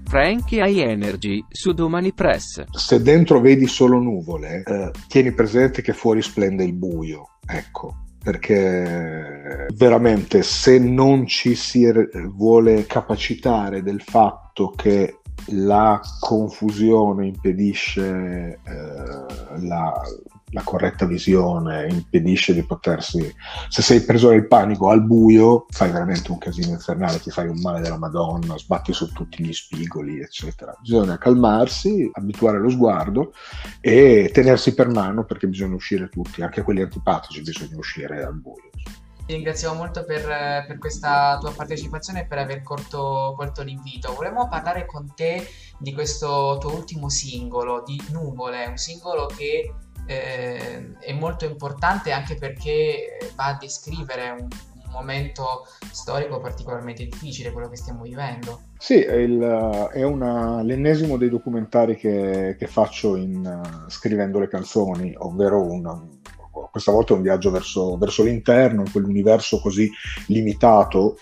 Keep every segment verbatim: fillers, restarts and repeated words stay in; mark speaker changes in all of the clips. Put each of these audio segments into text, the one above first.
Speaker 1: Frankie High Energy su Domani Press.
Speaker 2: Se dentro vedi solo nuvole, eh, tieni presente che fuori splende il buio, ecco, perché veramente se non ci si vuole capacitare del fatto che la confusione impedisce eh, la, la corretta visione, impedisce di potersi, se sei preso nel panico al buio fai veramente un casino infernale, ti fai un male della Madonna, sbatti su tutti gli spigoli eccetera. Bisogna calmarsi, abituare lo sguardo e tenersi per mano, perché bisogna uscire tutti, anche quelli antipatici bisogna uscire al buio.
Speaker 3: Ti ringraziamo molto per, per questa tua partecipazione e per aver colto, colto l'invito. Volevamo parlare con te di questo tuo ultimo singolo, di Nuvole, un singolo che eh, è molto importante anche perché va a descrivere un, un momento storico particolarmente difficile, quello che stiamo vivendo.
Speaker 2: Sì, è, il, è una, l'ennesimo dei documentari che, che faccio in, uh, scrivendo le canzoni, ovvero un... questa volta è un viaggio verso, verso l'interno, in quell'universo così limitato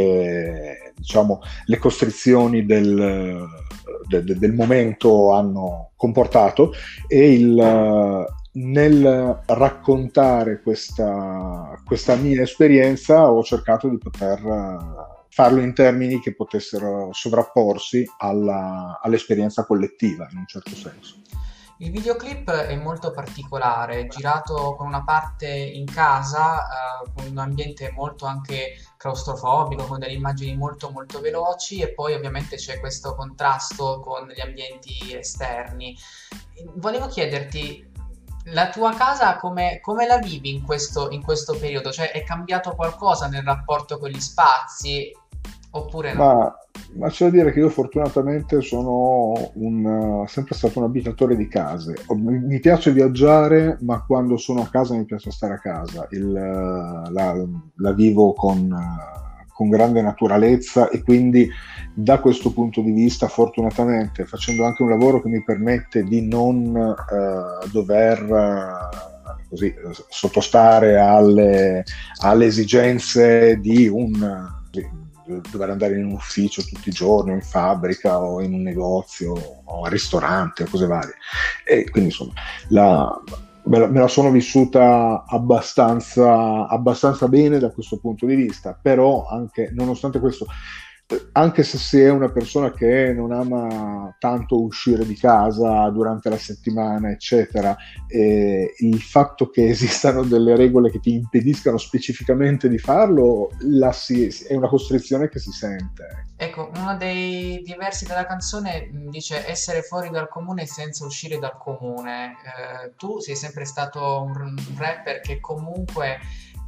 Speaker 2: che, diciamo, le costrizioni del, de, de, del momento hanno comportato, e il, nel raccontare questa, questa mia esperienza ho cercato di poter farlo in termini che potessero sovrapporsi alla, all'esperienza collettiva, in un certo senso.
Speaker 3: Il videoclip è molto particolare, girato con una parte in casa, eh, con un ambiente molto anche claustrofobico, con delle immagini molto molto veloci, e poi ovviamente c'è questo contrasto con gli ambienti esterni. Volevo chiederti, la tua casa come, come la vivi in questo, in questo periodo? Cioè è cambiato qualcosa nel rapporto con gli spazi oppure no?
Speaker 2: Ma, ma c'è da dire che io fortunatamente sono un, sempre stato un abitatore di case. Mi piace viaggiare, ma quando sono a casa mi piace stare a casa. Il, la, la vivo con, con grande naturalezza, e quindi da questo punto di vista, fortunatamente, facendo anche un lavoro che mi permette di non uh, dover uh, così, sottostare alle, alle esigenze di un... Di, dover andare in un ufficio tutti i giorni, o in fabbrica, o in un negozio, o al ristorante, o cose varie. E quindi insomma la, me, la, me la sono vissuta abbastanza, abbastanza bene da questo punto di vista, però anche, nonostante questo, anche se si è una persona che non ama tanto uscire di casa durante la settimana, eccetera, eh, il fatto che esistano delle regole che ti impediscano specificamente di farlo la si, è una costrizione che si sente.
Speaker 3: Ecco, uno dei diversi della canzone dice essere fuori dal comune senza uscire dal comune. Eh, tu sei sempre stato un rapper che comunque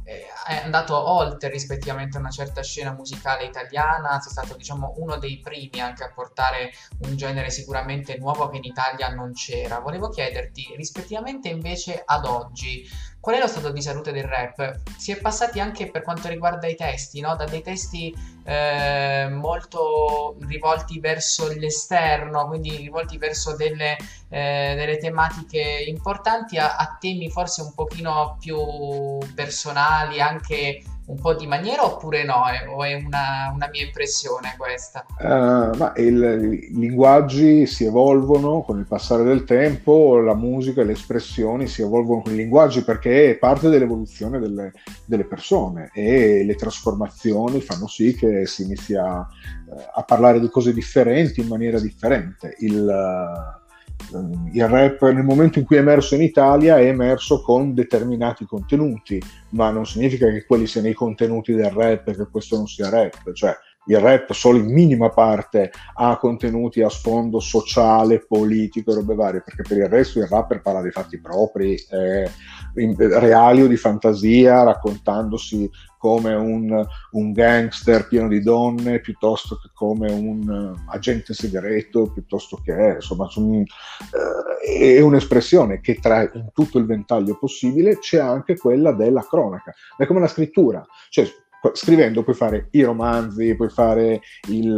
Speaker 3: è andato oltre rispettivamente a una certa scena musicale italiana, sei stato, diciamo, uno dei primi anche a portare un genere sicuramente nuovo che in Italia non c'era. Volevo chiederti, rispettivamente invece ad oggi, qual è lo stato di salute del rap? Si è passati anche per quanto riguarda i testi, no? Da dei testi eh, molto rivolti verso l'esterno, quindi rivolti verso delle, eh, delle tematiche importanti, a, a temi forse un pochino più personali, anche un po' di maniera, oppure no? È, o è una, una mia impressione questa?
Speaker 2: Uh, ma il, i linguaggi si evolvono con il passare del tempo, la musica e le espressioni si evolvono con i linguaggi, perché è parte dell'evoluzione delle, delle persone, e le trasformazioni fanno sì che si inizia uh, a parlare di cose differenti in maniera differente. Il, uh, il rap, nel momento in cui è emerso in Italia, è emerso con determinati contenuti, ma non significa che quelli siano i contenuti del rap e che questo non sia rap. Cioè, il rap solo in minima parte ha contenuti a sfondo sociale, politico e robe varie, perché per il resto il rapper parla dei fatti propri, eh, in, reali o di fantasia, raccontandosi come un, un gangster pieno di donne, piuttosto che come un uh, agente segreto, piuttosto che, insomma, son, uh, è un'espressione che tra in tutto il ventaglio possibile c'è anche quella della cronaca. È come la scrittura, cioè scrivendo puoi fare i romanzi, puoi fare il,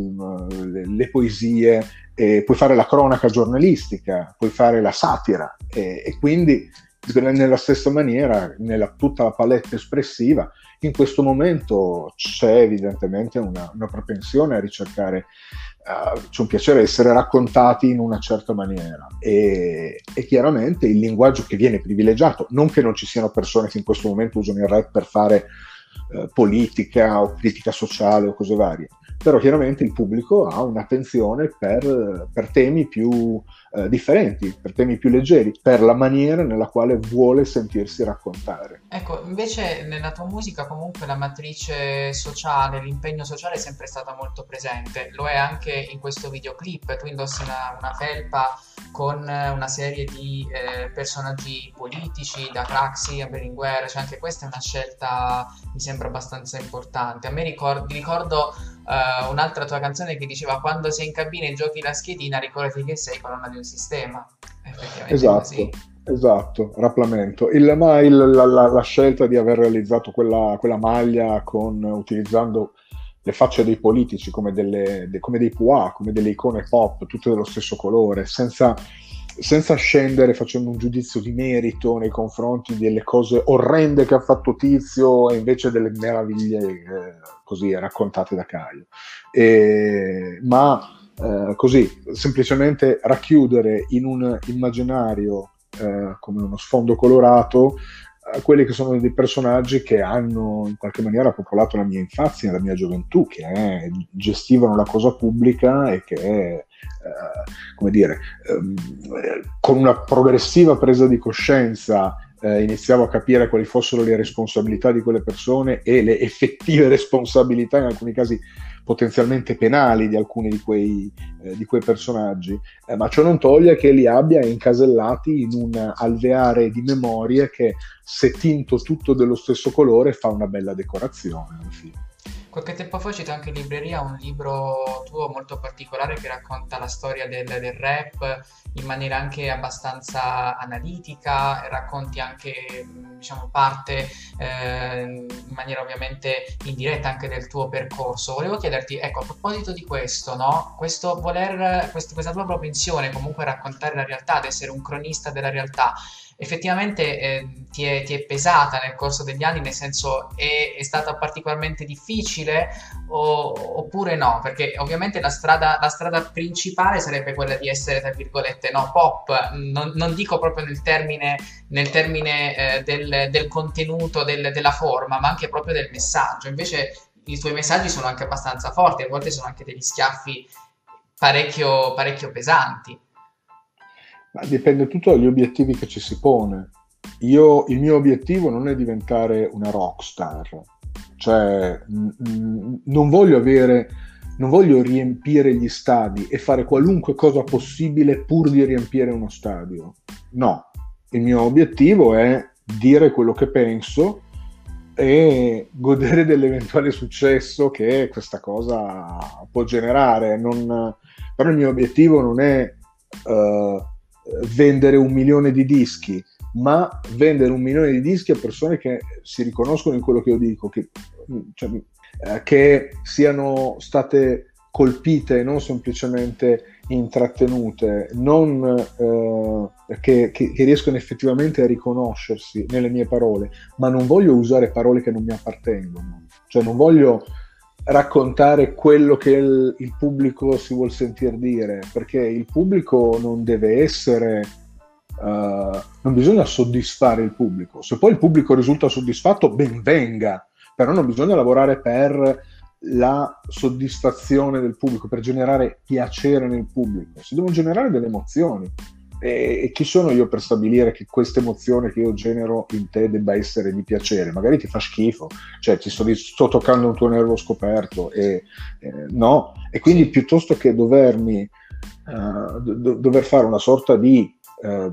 Speaker 2: le, le poesie, eh, puoi fare la cronaca giornalistica, puoi fare la satira, e, e quindi nella stessa maniera, nella tutta la palette espressiva, in questo momento c'è evidentemente una, una propensione a ricercare, uh, c'è un piacere a essere raccontati in una certa maniera, e, e chiaramente il linguaggio che viene privilegiato, non che non ci siano persone che in questo momento usano il rap per fare uh, politica o critica sociale o cose varie, però chiaramente il pubblico ha un'attenzione per, per temi più eh, differenti, per temi più leggeri, per la maniera nella quale vuole sentirsi raccontare.
Speaker 3: Ecco, invece nella tua musica comunque la matrice sociale, l'impegno sociale è sempre stata molto presente, lo è anche in questo videoclip. Tu indossi una, una felpa con una serie di eh, personaggi politici, da Craxi a Berlinguer, cioè anche questa è una scelta, mi sembra abbastanza importante. A me ricordo, ricordo uh, un'altra tua canzone che diceva: quando sei in cabina e giochi la schedina ricordati che sei colonna di un sistema. Effettivamente
Speaker 2: Esatto.
Speaker 3: è così.
Speaker 2: Esatto, rapplamento. Il, ma il, la, la, la scelta di aver realizzato quella, quella maglia con, utilizzando le facce dei politici come, delle, de, come dei pois, come delle icone pop, tutte dello stesso colore, senza, senza scendere facendo un giudizio di merito nei confronti delle cose orrende che ha fatto Tizio e invece delle meraviglie eh, così raccontate da Caio. E, ma eh, così, semplicemente racchiudere in un immaginario Eh, come uno sfondo colorato eh, quelli che sono dei personaggi che hanno in qualche maniera popolato la mia infanzia e la mia gioventù, che eh, gestivano la cosa pubblica e che eh, come dire ehm, con una progressiva presa di coscienza eh, iniziavo a capire quali fossero le responsabilità di quelle persone e le effettive responsabilità, in alcuni casi potenzialmente penali, di alcuni di quei, eh, di quei personaggi, eh, ma ciò non toglie che li abbia incasellati in un alveare di memorie che, se tinto tutto dello stesso colore, fa una bella decorazione alla fine.
Speaker 3: Qualche tempo fa c'è anche in libreria un libro tuo molto particolare che racconta la storia del, del rap in maniera anche abbastanza analitica, e racconti anche, diciamo, parte eh, in maniera ovviamente indiretta anche del tuo percorso. Volevo chiederti, ecco, a proposito di questo, no? Questo voler, quest- questa tua propensione comunque a raccontare la realtà, ad essere un cronista della realtà, effettivamente eh, ti, è, ti è pesata nel corso degli anni, nel senso è, è stata particolarmente difficile o, oppure no? Perché ovviamente la strada, la strada principale sarebbe quella di essere, tra virgolette, no, pop, non, non dico proprio nel termine, nel termine eh, del, del contenuto, del, della forma, ma anche proprio del messaggio. Invece i tuoi messaggi sono anche abbastanza forti, a volte sono anche degli schiaffi parecchio, parecchio pesanti.
Speaker 2: Ma dipende tutto dagli obiettivi che ci si pone. Io, il mio obiettivo non è diventare una rockstar, cioè n- n- non voglio avere, non voglio riempire gli stadi e fare qualunque cosa possibile pur di riempire uno stadio. No, il mio obiettivo è dire quello che penso e godere dell'eventuale successo che questa cosa può generare. Non, però il mio obiettivo non è uh, vendere un milione di dischi, ma vendere un milione di dischi a persone che si riconoscono in quello che io dico, che, cioè, eh, che siano state colpite, non semplicemente intrattenute, non eh, che, che, che riescono effettivamente a riconoscersi nelle mie parole, ma non voglio usare parole che non mi appartengono, cioè non voglio raccontare quello che il, il pubblico si vuol sentir dire, perché il pubblico non deve essere uh, non bisogna soddisfare il pubblico. Se poi il pubblico risulta soddisfatto, ben venga, però non bisogna lavorare per la soddisfazione del pubblico, per generare piacere nel pubblico. Si devono generare delle emozioni, e, e chi sono io per stabilire che questa emozione che io genero in te debba essere di piacere? Magari ti fa schifo, cioè ti sto, sto toccando un tuo nervo scoperto e eh, no, e quindi piuttosto che dovermi uh, do, dover fare una sorta di uh,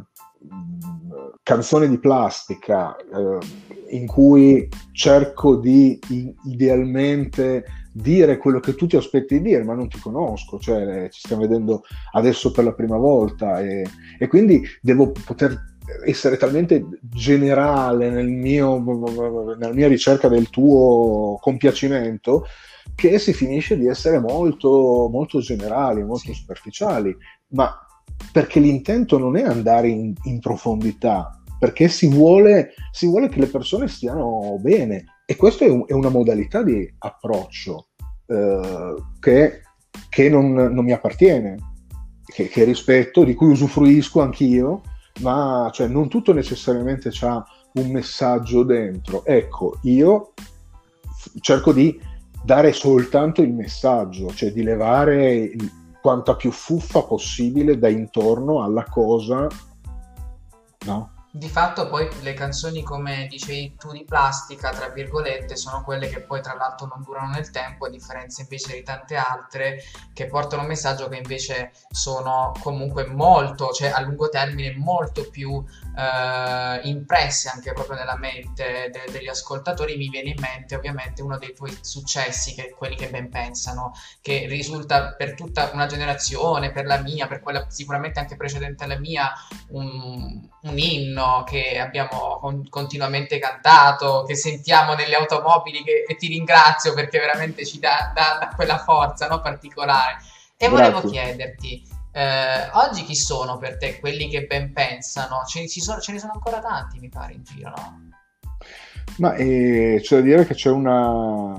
Speaker 2: canzone di plastica uh, in cui cerco di in, idealmente dire quello che tu ti aspetti di dire, ma non ti conosco, cioè ci stiamo vedendo adesso per la prima volta e, e quindi devo poter essere talmente generale nel mio, nella mia ricerca del tuo compiacimento che si finisce di essere molto, molto generali, molto superficiali, ma perché l'intento non è andare in, in profondità, perché si vuole, si vuole che le persone stiano bene, e questa è, un, è una modalità di approccio eh, che, che non, non mi appartiene, che, che rispetto, di cui usufruisco anch'io, ma cioè, non tutto necessariamente c'ha un messaggio dentro. Ecco, io cerco di dare soltanto il messaggio, cioè di levare quanta più fuffa possibile da intorno alla cosa, no?
Speaker 3: Di fatto poi le canzoni, come dicevi tu, di plastica, tra virgolette, sono quelle che poi tra l'altro non durano nel tempo, a differenza invece di tante altre che portano un messaggio che invece sono comunque molto, cioè a lungo termine, molto più eh, impresse anche proprio nella mente de- degli ascoltatori. Mi viene in mente ovviamente uno dei tuoi successi, che è Quelli che ben pensano, che risulta per tutta una generazione, per la mia, per quella sicuramente anche precedente alla mia, un, un inno che abbiamo con- continuamente cantato, che sentiamo nelle automobili, che, e ti ringrazio perché veramente ci dà, dà quella forza, no, particolare. E volevo
Speaker 2: Grazie.
Speaker 3: chiederti, eh, oggi chi sono per te quelli che ben pensano? Ce, ci sono, ce ne sono ancora tanti, mi pare, in giro, no?
Speaker 2: Ma eh, c'è da dire che c'è una...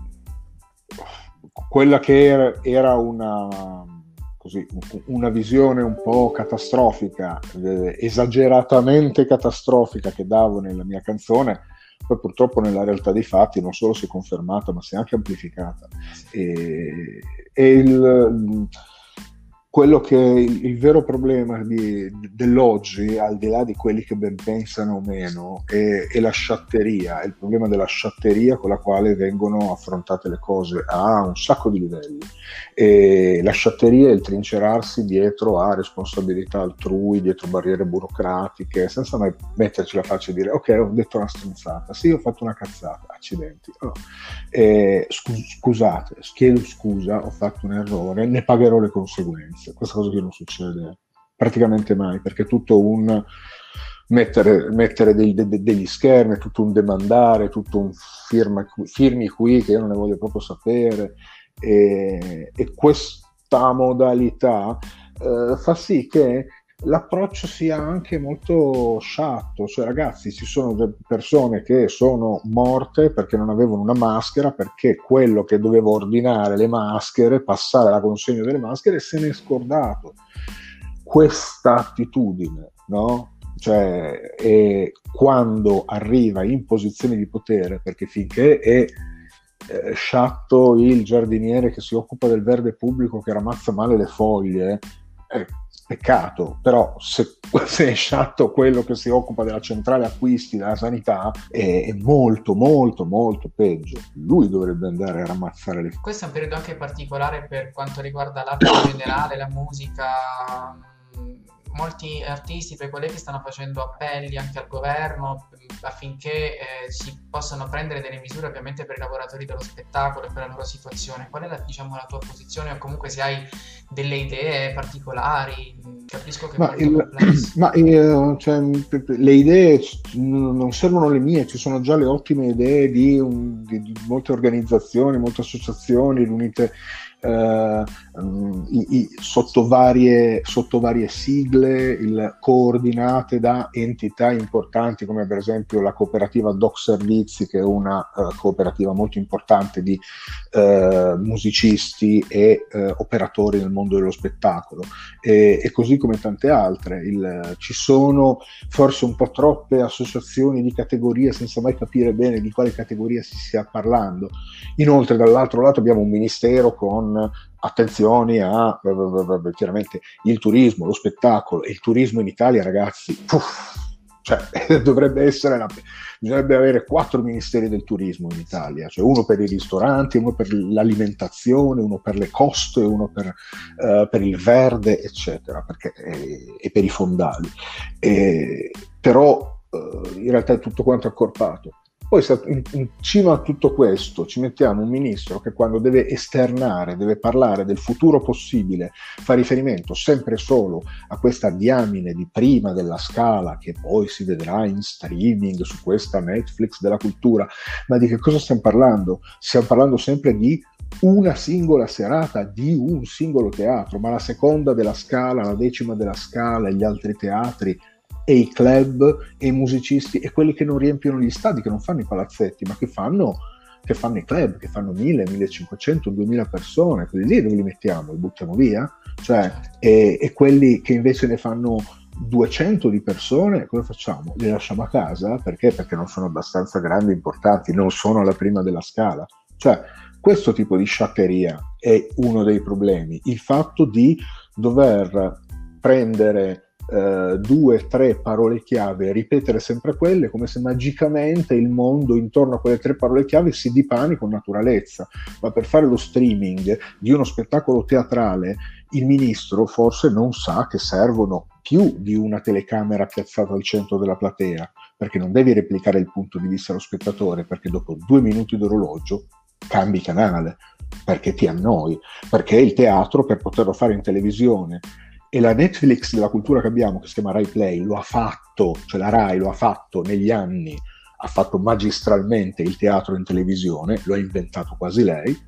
Speaker 2: quella che era, era una... così, una visione un po' catastrofica, eh, esageratamente catastrofica che davo nella mia canzone, poi purtroppo nella realtà dei fatti non solo si è confermata, ma si è anche amplificata. E, e il, quello che il, il vero problema di, dell'oggi, al di là di quelli che ben pensano o meno, è, è la sciatteria, è il problema della sciatteria con la quale vengono affrontate le cose a un sacco di livelli. E la sciatteria è il trincerarsi dietro a responsabilità altrui, dietro barriere burocratiche, senza mai metterci la faccia e dire ok, ho detto una stronzata, sì, ho fatto una cazzata, accidenti. Oh. Eh, scus- scusate, chiedo scusa, ho fatto un errore, ne pagherò le conseguenze. Questa cosa qui non succede praticamente mai, perché è tutto un mettere, mettere dei, de, degli schermi, è tutto un demandare, tutto un firma, firmi qui che io non ne voglio proprio sapere. E, e questa modalità eh, fa sì che l'approccio sia anche molto sciatto, cioè ragazzi, ci sono persone che sono morte perché non avevano una maschera, perché quello che doveva ordinare le maschere, passare la consegna delle maschere, se ne è scordato. Questa attitudine, no? Cioè, è quando arriva in posizione di potere, perché finché è Eh, sciatto il giardiniere che si occupa del verde pubblico che ramazza male le foglie, è peccato, però se, se è sciatto quello che si occupa della centrale acquisti, della sanità, è, è molto molto molto peggio. Lui dovrebbe andare a ramazzare le foglie.
Speaker 3: Questo è un periodo anche particolare per quanto riguarda l'arte in generale, la musica. Molti artisti, tra i colleghi, stanno facendo appelli anche al governo affinché eh, si possano prendere delle misure ovviamente per i lavoratori dello spettacolo e per la loro situazione. Qual è la, diciamo, la tua posizione, o comunque se hai delle idee particolari? Capisco che è
Speaker 2: Ma,
Speaker 3: molto
Speaker 2: il,
Speaker 3: complesso.
Speaker 2: ma eh, cioè, le idee non servono le mie, ci sono già le ottime idee di, un, di, di molte organizzazioni, molte associazioni riunite eh, i, i, sotto, varie, sotto varie sigle, il, coordinate da entità importanti come per esempio la cooperativa Doc Servizi, che è una uh, cooperativa molto importante di uh, musicisti e uh, operatori nel mondo dello spettacolo, e, e così come tante altre. Il, ci sono forse un po' troppe associazioni di categoria senza mai capire bene di quale categoria si stia parlando. Inoltre dall'altro lato abbiamo un ministero con attenzioni a chiaramente il turismo, lo spettacolo, e il turismo in Italia, ragazzi, puff, cioè dovrebbe essere la, bisognerebbe avere quattro ministeri del turismo in Italia, cioè uno per i ristoranti, uno per l'alimentazione, uno per le coste, uno per, uh, per il verde, eccetera, perché, e, e per i fondali. E, però uh, in realtà è tutto quanto accorpato. Poi in, in cima a tutto questo ci mettiamo un ministro che quando deve esternare, deve parlare del futuro possibile, fa riferimento sempre solo a questa diamine di prima della Scala che poi si vedrà in streaming su questa Netflix della cultura. Ma di che cosa stiamo parlando? Stiamo parlando sempre di una singola serata, di un singolo teatro, ma la seconda della Scala, la decima della Scala e gli altri teatri e i club e i musicisti e quelli che non riempiono gli stadi, che non fanno i palazzetti, ma che fanno, che fanno i club, che fanno mille, millecinquecento, duemila persone, quelli lì dove li mettiamo? Li buttiamo via? Cioè, e, e quelli che invece ne fanno duecento di persone, come facciamo? Li lasciamo a casa? Perché? Perché non sono abbastanza grandi e importanti, non sono alla prima della scala. Cioè, questo tipo di sciatteria è uno dei problemi, il fatto di dover prendere Uh, due, tre parole chiave e ripetere sempre quelle, come se magicamente il mondo intorno a quelle tre parole chiave si dipani con naturalezza. Ma per fare lo streaming di uno spettacolo teatrale, il ministro forse non sa che servono più di una telecamera piazzata al centro della platea, perché non devi replicare il punto di vista dello spettatore, perché dopo due minuti d'orologio cambi canale, perché ti annoi, perché il teatro, per poterlo fare in televisione, e la Netflix della cultura che abbiamo, che si chiama Rai Play, lo ha fatto, cioè la Rai lo ha fatto negli anni, ha fatto magistralmente il teatro in televisione, lo ha inventato quasi lei.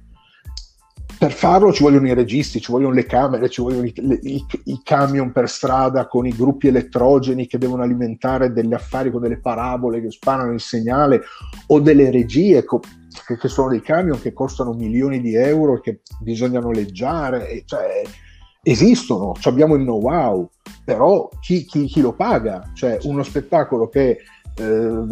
Speaker 2: Per farlo ci vogliono i registi, ci vogliono le camere, ci vogliono i, le, i, i camion per strada con i gruppi elettrogeni che devono alimentare degli affari con delle parabole che sparano il segnale, o delle regie co- che, che sono dei camion che costano milioni di euro e che bisogna noleggiare, e cioè esistono, abbiamo il know-how, però chi, chi, chi lo paga? Cioè uno spettacolo che eh,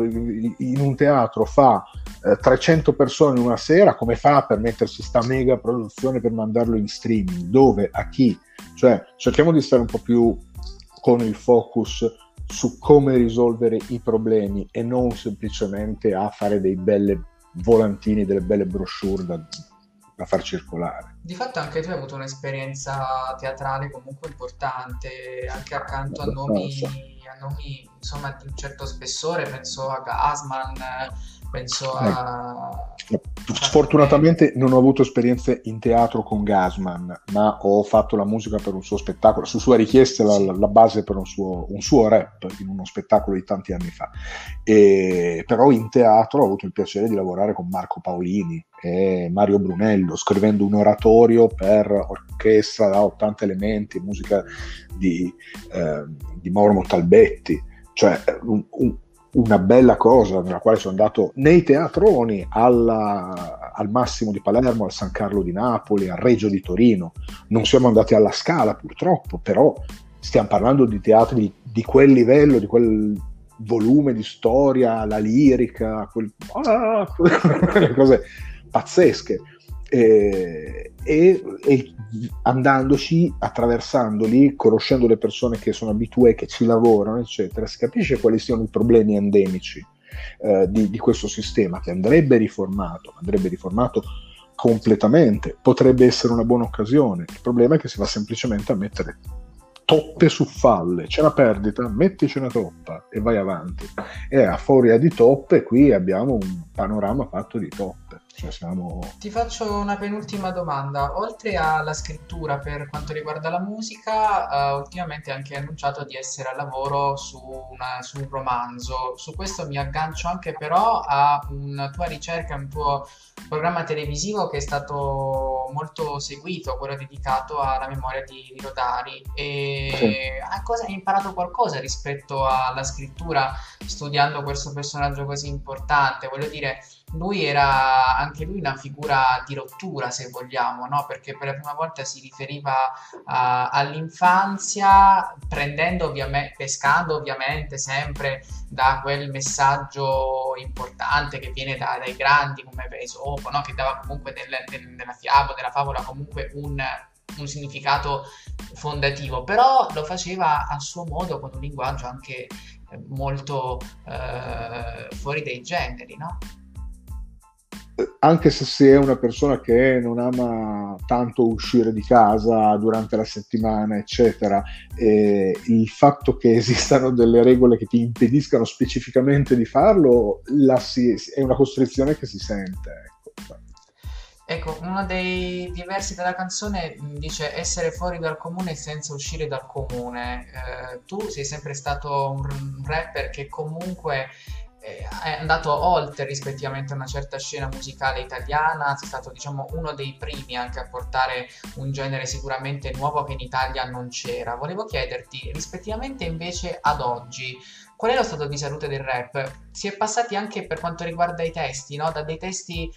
Speaker 2: in un teatro fa eh, trecento persone in una sera, come fa a permettersi sta mega produzione per mandarlo in streaming? Dove? A chi? Cioè cerchiamo di stare un po' più con il focus su come risolvere i problemi e non semplicemente a fare dei belle volantini, delle belle brochure da da far circolare.
Speaker 3: Di fatto anche tu hai avuto un'esperienza teatrale comunque importante, anche accanto a nomi, a nomi insomma di un certo spessore, penso a Gassman, penso a...
Speaker 2: Sfortunatamente non ho avuto esperienze in teatro con Gassman, ma ho fatto la musica per un suo spettacolo, su sua richiesta la, la base per un suo, un suo rap in uno spettacolo di tanti anni fa. E, però in teatro ho avuto il piacere di lavorare con Marco Paolini e Mario Brunello, scrivendo un oratorio per orchestra da ottanta elementi, musica di, eh, di Mauro Montalbetti, cioè un, un una bella cosa nella quale sono andato nei teatroni alla, al Massimo di Palermo, al San Carlo di Napoli, al Regio di Torino. Non siamo andati alla Scala purtroppo, però stiamo parlando di teatri di, di quel livello, di quel volume di storia, la lirica, quel, ah, quelle cose pazzesche. E, e, e andandoci, attraversandoli, conoscendo le persone che sono abituate, che ci lavorano, eccetera, si capisce quali siano i problemi endemici eh, di, di questo sistema, che andrebbe riformato, andrebbe riformato completamente. Potrebbe essere una buona occasione. Il problema è che si va semplicemente a mettere toppe su falle. C'è una perdita, mettici una toppa e vai avanti. E a furia di toppe qui abbiamo un panorama fatto di toppe. Cioè siamo...
Speaker 3: Ti faccio una penultima domanda. Oltre alla scrittura per quanto riguarda la musica, uh, ultimamente hai anche annunciato di essere al lavoro su, una, su un romanzo. Su questo mi aggancio anche però a una tua ricerca, un tuo programma televisivo che è stato molto seguito, quello dedicato alla memoria di, di Rodari. E
Speaker 2: Sì.
Speaker 3: a cosa hai imparato qualcosa rispetto alla scrittura studiando questo personaggio così importante? Voglio dire, lui era anche lui una figura di rottura, se vogliamo, no? Perché per la prima volta si riferiva uh, all'infanzia, prendendo ovviamente, pescando ovviamente sempre da quel messaggio importante che viene da, dai grandi come Esopo, no? Che dava comunque nel, nel, nella fiaba, nella favola comunque un, un significato fondativo, però lo faceva a suo modo, con un linguaggio anche molto uh, fuori dai generi, no?
Speaker 2: Anche se sei una persona che non ama tanto uscire di casa durante la settimana, eccetera, eh, il fatto che esistano delle regole che ti impediscano specificamente di farlo la si, è una costrizione che si sente. Ecco.
Speaker 3: Ecco, uno dei diversi della canzone dice essere fuori dal comune senza uscire dal comune. Eh, tu sei sempre stato un rapper che comunque è andato oltre rispettivamente a una certa scena musicale italiana, sei stato diciamo uno dei primi anche a portare un genere sicuramente nuovo che in Italia non c'era. Volevo chiederti, rispettivamente invece ad oggi, qual è lo stato di salute del rap? Si è passati anche per quanto riguarda i testi, no? Da dei testi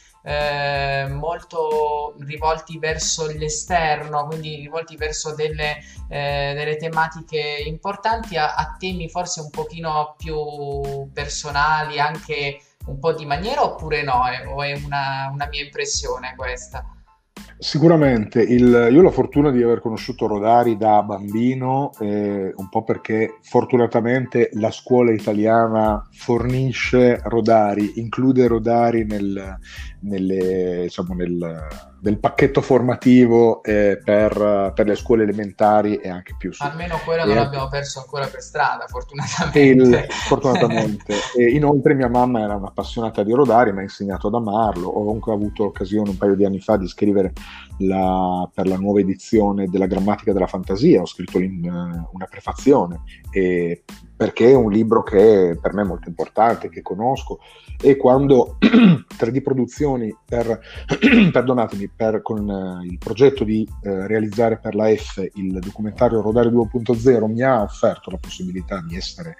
Speaker 3: eh, molto rivolti verso l'esterno, quindi rivolti verso delle, eh, delle tematiche importanti, a, a temi forse un pochino più personali, anche un po' di maniera, oppure no? È- o è una, una mia impressione questa?
Speaker 2: Sicuramente, il- io ho la fortuna di aver conosciuto Rodari da bambino, eh, un po' perché fortunatamente la scuola italiana fornisce Rodari, include Rodari nel, nelle, diciamo, nel, nel pacchetto formativo eh, per, per le scuole elementari e anche più su.
Speaker 3: Almeno quello non
Speaker 2: E,
Speaker 3: l'abbiamo perso ancora per strada,
Speaker 2: e il-
Speaker 3: fortunatamente.
Speaker 2: fortunatamente. E inoltre mia mamma era un'appassionata di Rodari, mi ha insegnato ad amarlo. Ho anche avuto l'occasione un paio di anni fa di scrivere la- per la nuova edizione della Grammatica della Fantasia, ho scritto l'in- una prefazione, e- perché è un libro che per me è molto importante, che conosco, e quando tre D Produzioni, per, perdonatemi, per, con eh, il progetto di eh, realizzare per la F il documentario Rodari due punto zero, mi ha offerto la possibilità di essere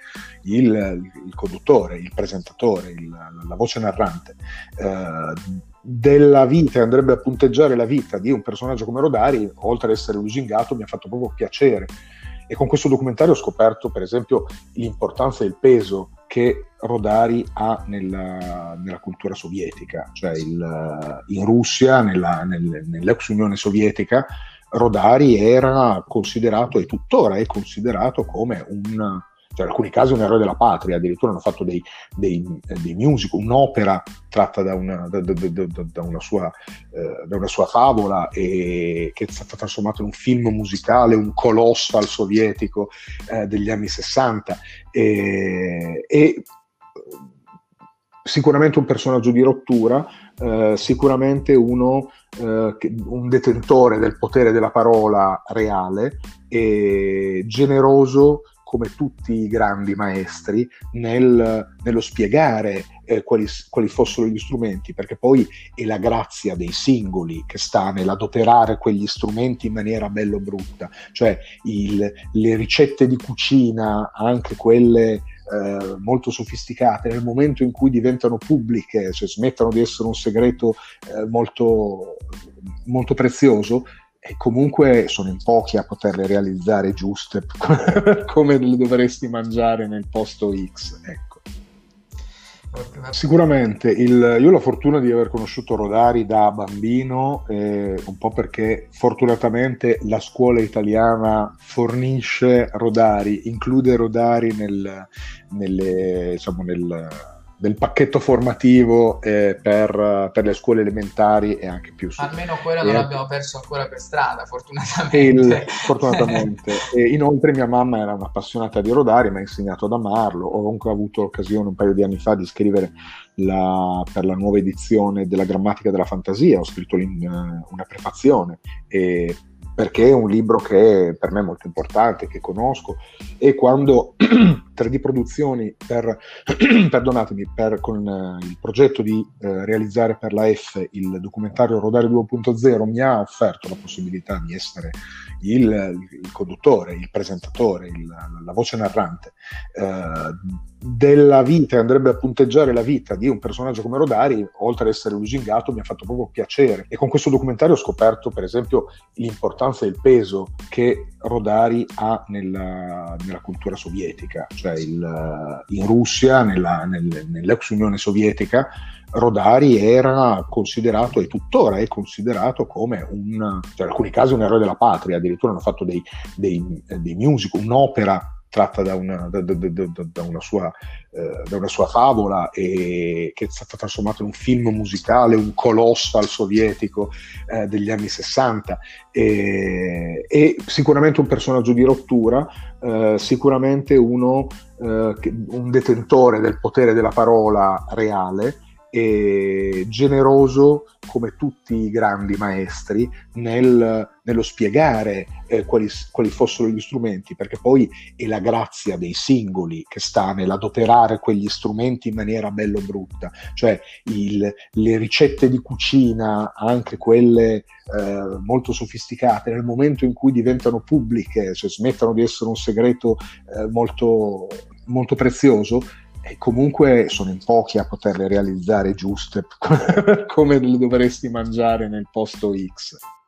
Speaker 2: il, il conduttore, il presentatore, il- la voce narrante eh, della vita, e andrebbe a punteggiare la vita di un personaggio come Rodari, oltre ad essere lusingato, mi ha fatto proprio piacere. E con questo documentario ho scoperto, per esempio, l'importanza e il peso che Rodari ha nella, nella cultura sovietica, cioè il- in Russia, nella, nel- nell'ex Unione Sovietica, Rodari era considerato, e tuttora è considerato, come un, cioè in alcuni casi un eroe della patria. Addirittura hanno fatto dei, dei, dei musical, un'opera tratta da una, da, da- da- da- da una sua, eh, da una sua favola, e che è stata trasformata in un film musicale, un colossal sovietico eh, degli anni sessanta. E, e sicuramente un personaggio di rottura, eh, sicuramente uno, eh, che- un detentore del potere della parola reale, e generoso come tutti i grandi maestri nel- nello spiegare eh, quali, quali fossero gli strumenti, perché poi è la grazia dei singoli che sta nell'adoperare quegli strumenti in maniera bello brutta, cioè il- le ricette di cucina, anche quelle eh, molto sofisticate, nel momento in cui diventano pubbliche, cioè smettono di essere un segreto eh, molto, molto prezioso, e comunque sono in pochi a poterle realizzare giuste come le dovresti mangiare nel posto X, ecco. Sicuramente, il- io ho la fortuna di aver conosciuto Rodari da bambino, eh, un po' perché fortunatamente la scuola italiana fornisce Rodari, include Rodari nel, nelle, diciamo, nel, nel pacchetto formativo eh, per, per le scuole elementari e anche più su.
Speaker 3: Almeno quello non
Speaker 2: E,
Speaker 3: l'abbiamo perso ancora per strada,
Speaker 2: e il-
Speaker 3: fortunatamente.
Speaker 2: fortunatamente. E inoltre mia mamma era un'appassionata di Rodari, mi ha insegnato ad amarlo. Ho anche avuto l'occasione un paio di anni fa di scrivere la- per la nuova edizione della Grammatica della Fantasia, ho scritto l'in- una prefazione, e- perché è un libro che per me è molto importante, che conosco. E quando tre D Produzioni, per, perdonatemi, per, con eh, il progetto di eh, realizzare per la F il documentario Rodari due punto zero, mi ha offerto la possibilità di essere il, il conduttore, il presentatore, il- la voce narrante eh, della vita, e andrebbe a punteggiare la vita di un personaggio come Rodari, oltre ad essere lusingato, mi ha fatto proprio piacere. E con questo documentario ho scoperto, per esempio, l'importanza e il peso che Rodari ha nella, nella cultura sovietica, cioè il- in Russia, nella, nel- nell'ex Unione Sovietica, Rodari era considerato, e tuttora è considerato, come un, cioè in alcuni casi un eroe della patria. Addirittura hanno fatto dei, dei, dei musical, un'opera tratta da una, da, da- da- da- da una sua, eh, da una sua favola, e che è stata trasformata in un film musicale, un colossal sovietico eh, degli anni sessanta. E, e sicuramente un personaggio di rottura, eh, sicuramente uno, eh, che- un detentore del potere della parola reale, e generoso come tutti i grandi maestri nel, nello spiegare eh, quali, quali fossero gli strumenti, perché poi è la grazia dei singoli che sta nell'adoperare quegli strumenti in maniera bello brutta, cioè il, le ricette di cucina, anche quelle eh, molto sofisticate, nel momento in cui diventano pubbliche, cioè smettono di essere un segreto eh, molto, molto prezioso, e comunque sono in pochi a poterle realizzare giuste come le dovresti mangiare nel posto X.